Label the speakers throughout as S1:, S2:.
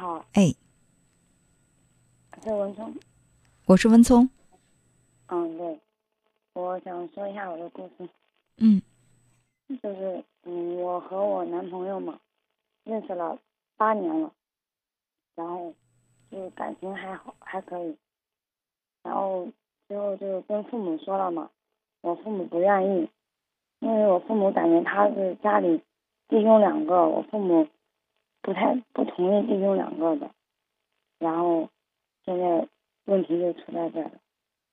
S1: 好。
S2: 哎，
S1: 是文聪。
S2: 我是文聪。
S1: 对，我想说一下我的故事。就是我和我男朋友嘛，认识了8年了，然后就感情还好，还可以。然后最后就跟父母说了嘛，我父母不愿意，因为我父母感觉他是家里弟兄2个，我父母不同意弟兄2个的，然后现在问题就出在这儿了。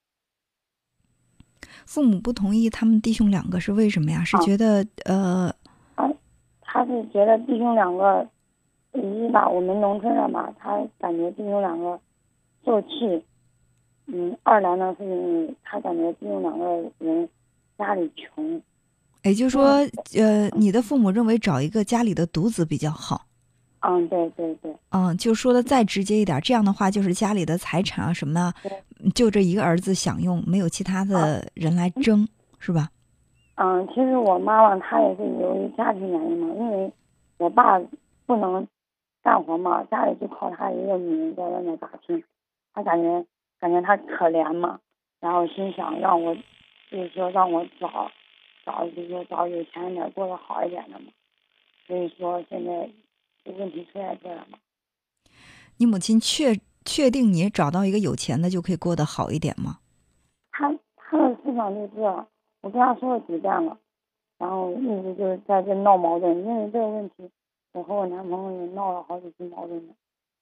S2: 父母不同意他们弟兄2个是为什么呀？是觉得
S1: 他是觉得弟兄2个，一吧，我们农村人嘛，他感觉弟兄2个受气。二来呢是因为他感觉弟兄2个人家里穷。
S2: 也就是说，你的父母认为找一个家里的独子比较好。
S1: 对对对。
S2: 就说的再直接一点，这样的话就是家里的财产啊什么，就这一个儿子享用，没有其他的人来争，是吧？
S1: 其实我妈妈她也是由于家庭原因嘛，因为我爸不能干活嘛，家里就靠她一个女人在外面打拼，她感觉她可怜嘛，然后心想让我，就是说让我就是说找有钱一点，过得好一点的嘛，所以说现在问题出在这了嘛。
S2: 你母亲确定你找到一个有钱的就可以过得好一点吗？
S1: 她的思想就这样，我跟她说了几遍了，然后一直就是在这闹矛盾，因为这个问题，我和我男朋友也闹了好几次矛盾了。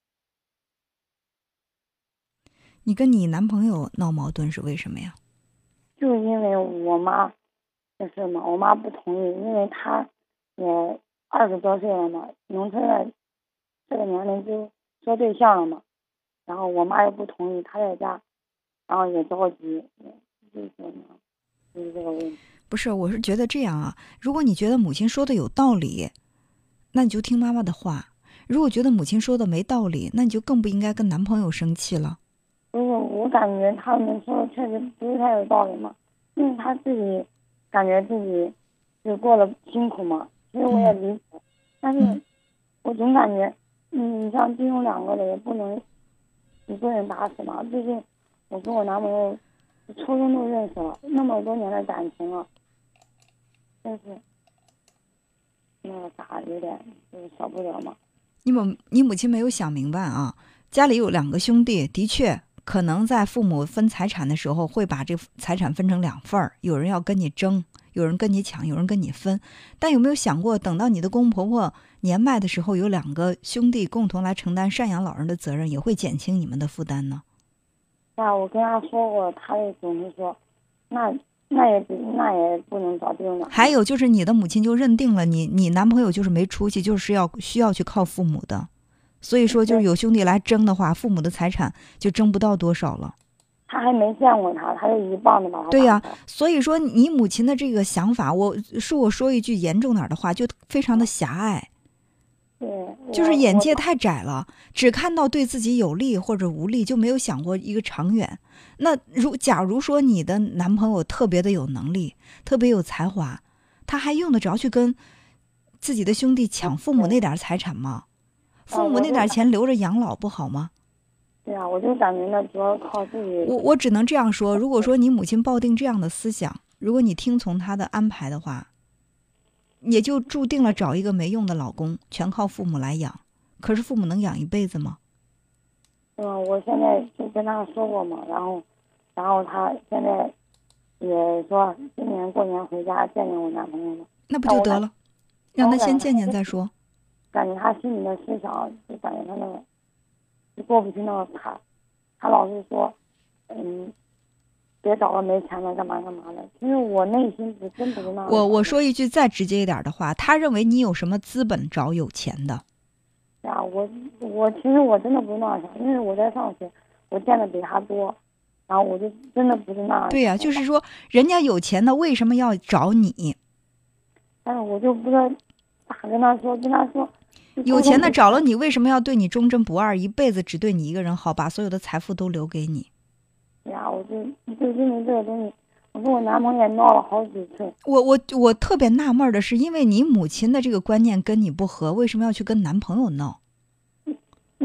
S2: 你跟你男朋友闹矛盾是为什么呀？
S1: 就因为我妈的事嘛，我妈不同意，因为她也20多岁了嘛，农村的这个年龄就说对象了嘛，然后我妈又不同意，她在家，然后也着急，就是说呢，就是这个问题。
S2: 不是，我是觉得这样啊，如果你觉得母亲说的有道理，那你就听妈妈的话；如果觉得母亲说的没道理，那你就更不应该跟男朋友生气了。
S1: 不是，我感觉他们说的确实不是太有道理嘛，因为他自己感觉自己就过得辛苦嘛，其实我也理解，但是我总感觉，你像弟兄2个的也不能一个人打死嘛，毕竟我跟我男朋友初中都认识了，那么多年的感情了，但是那个啥有点就是少不了嘛。
S2: 你母亲没有想明白啊，家里有2个兄弟，的确可能在父母分财产的时候会把这财产分成2份儿，有人要跟你争，有人跟你抢，有人跟你分。但有没有想过，等到你的公公婆婆年迈的时候，有2个兄弟共同来承担赡养老人的责任，也会减轻你们的负担呢？
S1: 我跟他说过，他也总是说，那也不能找弟兄2个。
S2: 还有就是你的母亲就认定了你男朋友就是没出息，就是需要去靠父母的。所以说，就是有兄弟来争的话，父母的财产就争不到多少了。
S1: 他还没见过他就一棒子把他。
S2: 对呀，所以说你母亲的这个想法，我说一句严重点的话，就非常的狭隘。
S1: 对，
S2: 就是眼界太窄了，只看到对自己有利或者无利，就没有想过一个长远。那假如说你的男朋友特别的有能力，特别有才华，他还用得着去跟自己的兄弟抢父母那点财产吗？父母那点钱留着养老不好吗？
S1: 对啊，我就感觉呢，主要靠自己。
S2: 我只能这样说，如果说你母亲抱定这样的思想，如果你听从她的安排的话，也就注定了找一个没用的老公，全靠父母来养。可是父母能养一辈子吗？
S1: 我现在就跟他说过嘛，然后他现在也说今年过年回家见见我男朋友了。
S2: 那不就得了？让他先见见再说。
S1: 感觉他心里的思想就感觉他那个就过不去那个坎，他老是说，别找个没钱的干嘛干嘛的。其实我内心真不是那样。
S2: 我说一句再直接一点的话，他认为你有什么资本找有钱的？
S1: 呀，我其实我真的不是那样想，因为我在上学，我见的比他多，然后我就真的不是那样。
S2: 对呀，就是说人家有钱的为什么要找你？
S1: 但是我就不知道咋跟他说，
S2: 有钱的找了你，为什么要对你忠贞不二，一辈子只对你一个人好，把所有的财富都留给你？
S1: 呀，我就因为这个东西，我跟我男朋友也闹了好几次。
S2: 我特别纳闷的是，因为你母亲的这个观念跟你不合，为什么要去跟男朋友闹？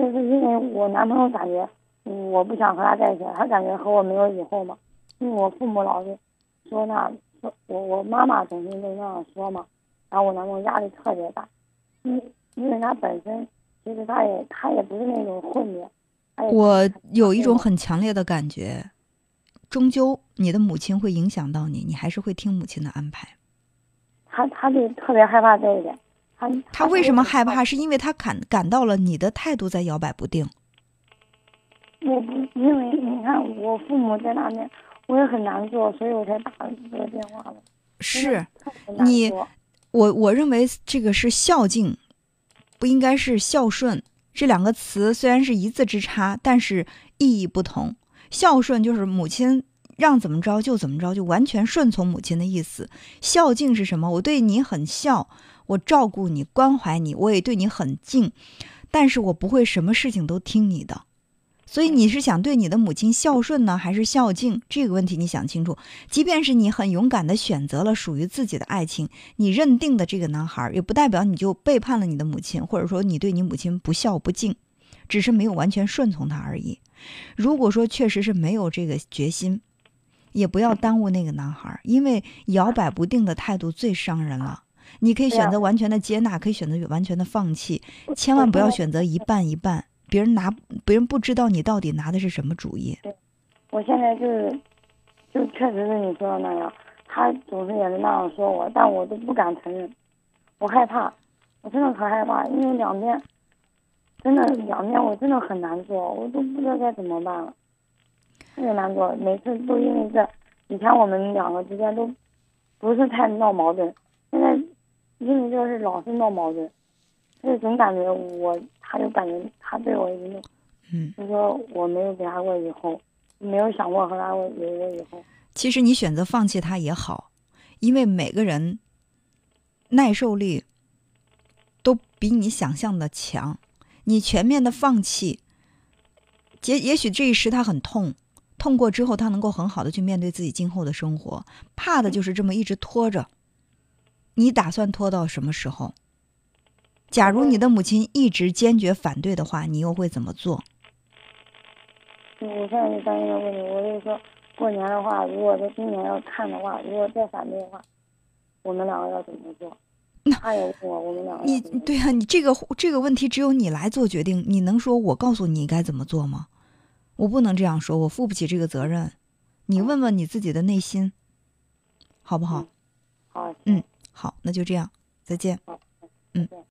S1: 就是因为我男朋友感觉我不想和他在一起，他感觉和我没有以后嘛。因为我父母老是说我妈妈总是都那样说嘛，然后我男朋友压力特别大。因为他本身其实他也不是那种混的。
S2: 我有一种很强烈的感觉，终究你的母亲会影响到你，你还是会听母亲的安排。
S1: 他就特别害怕这一点。
S2: 他为什么害怕？是因为他感到了你的态度在摇摆不定。
S1: 我不，因为你看我父母在那边，我也很难做，所以我才打这个电话的。
S2: 是我认为这个是孝敬，不应该是孝顺。这两个词虽然是一字之差，但是意义不同。孝顺就是母亲让怎么着就怎么着，就完全顺从母亲的意思。孝敬是什么？我对你很孝，我照顾你，关怀你，我也对你很敬，但是我不会什么事情都听你的。所以你是想对你的母亲孝顺呢，还是孝敬？这个问题你想清楚。即便是你很勇敢地选择了属于自己的爱情，你认定的这个男孩，也不代表你就背叛了你的母亲，或者说你对你母亲不孝不敬，只是没有完全顺从他而已。如果说确实是没有这个决心，也不要耽误那个男孩，因为摇摆不定的态度最伤人了。你可以选择完全的接纳，可以选择完全的放弃，千万不要选择一半一半。别人不知道你到底拿的是什么主意。
S1: 我现在就确实是你说的那样，他总是也是那样说我，但我都不敢承认，我害怕，我真的可害怕，因为两边我真的很难做，我都不知道该怎么办了，特别难做。每次都因为这，以前我们两个之间都不是太闹矛盾，现在因为这是老是闹矛盾，所以总感觉他就感觉他对我一种，就说我没有给他过以后，没有想过和他有过以后。
S2: 其实你选择放弃他也好，因为每个人耐受力都比你想象的强。你全面的放弃，也许这一时他很痛过之后，他能够很好的去面对自己今后的生活。怕的就是这么一直拖着。你打算拖到什么时候？假如你的母亲一直坚决反对的话，你又会怎么做？
S1: 我现在就担心的问题，我就说过年的话，如果在今年要看的话，如果再反对的话，我们两个要怎么做？他也问我们两个。
S2: 对啊，你这个问题只有你来做决定，你能说我告诉你该怎么做吗？我不能这样说，我负不起这个责任。你问问你自己的内心，好不好？
S1: 好。
S2: 好，那就这样，再见。
S1: 好，
S2: 再见。